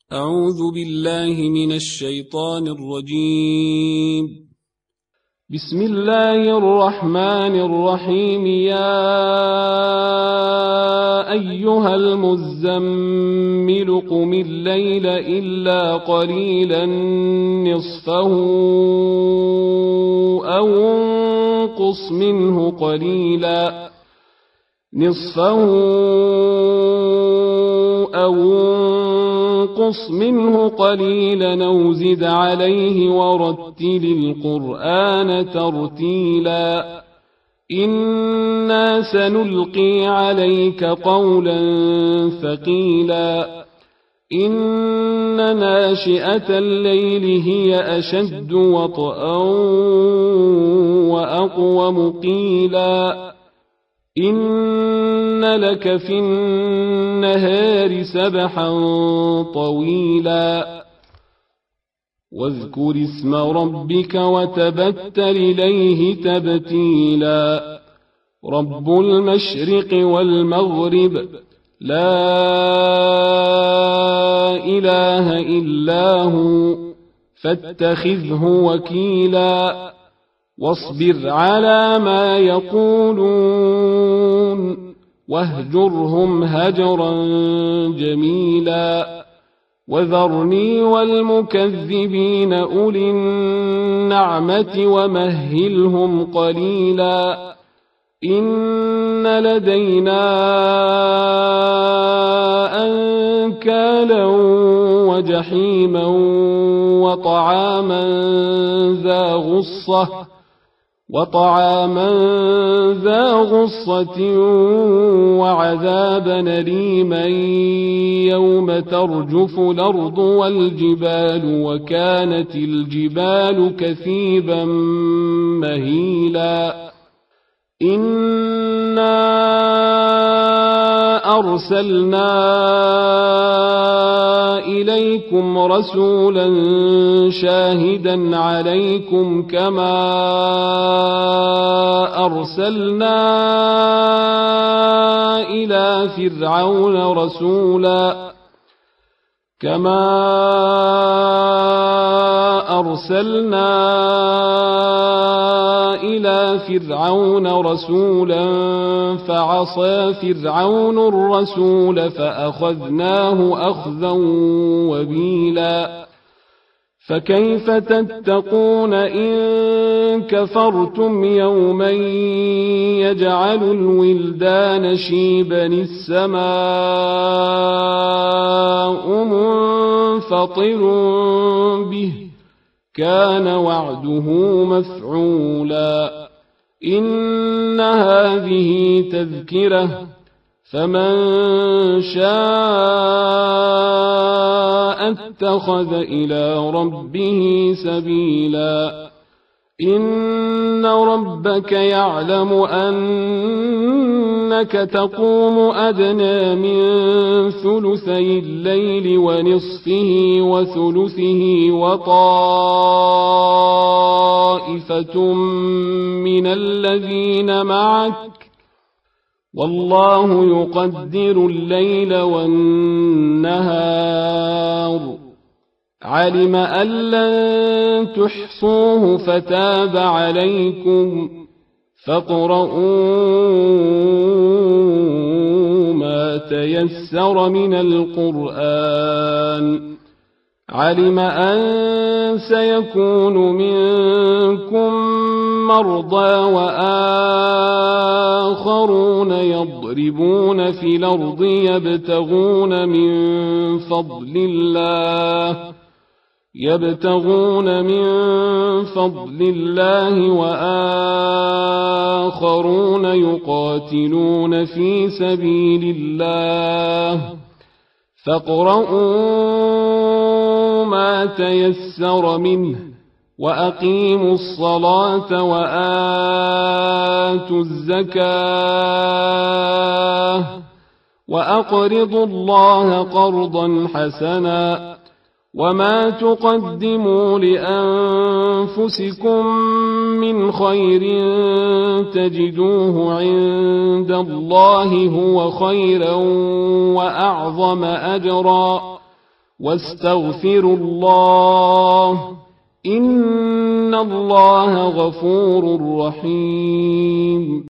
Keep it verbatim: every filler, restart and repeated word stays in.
أعوذ بالله من الشيطان الرجيم. بسم الله الرحمن الرحيم. يا أيها المزمل قم الليل إلا قليلا نصفه أو انقص منه قليلا نصفه أو انقص منه قليلا أو زد عليه ورتل القرآن ترتيلا إنا سنلقي عليك قولا ثقيلا إن ناشئة الليل هي أشد وطئا وأقوم قيلا إن لك في النهار سبحا طويلا واذكر اسم ربك وتبتل إليه تبتيلا رب المشرق والمغرب لا إله إلا هو فاتخذه وكيلا واصبر على ما يقولون واهجرهم هجرا جميلا وذرني والمكذبين أولي النعمة ومهلهم قليلا إن لدينا أنكالا وجحيما وطعاما ذا غصة وطعاما ذا غصة وعذابا أليما يوم ترجف الأرض والجبال وكانت الجبال كثيبا مهيلا إنا أرسلنا إليكم رسولا شاهدا عليكم كما أرسلنا إلى فرعون رسولا كما أرسلنا إلى فرعون رسولا فعصى فرعون الرسول فأخذناه أخذا وبيلا فكيف تتقون إن كفرتم يوما يجعل الولدان شيبا السماء منفطر به كان وعده مفعولا إن هذه تذكرة فمن شاء اتخذ إلى ربه سبيلا إن ربك يعلم أنك تقوم أدنى من ثلثي الليل ونصفه وثلثه وطائفة من الذين معك والله يقدر الليل والنهار علم أن لن تحصوه فتاب عليكم فاقرؤوا ما تيسر من القرآن علم أن سيكون منكم مرضى وآخرون يضربون في الأرض يبتغون من فضل الله يبتغون من فضل الله وآخرون يقاتلون في سبيل الله فاقرؤوا ما تيسر منه وأقيموا الصلاة وآتوا الزكاة وأقرضوا الله قرضا حسنا وما تقدموا لأنفسكم من خير تجدوه عند الله هو خيرا وأعظم أجرا واستغفروا الله إن الله غفور رحيم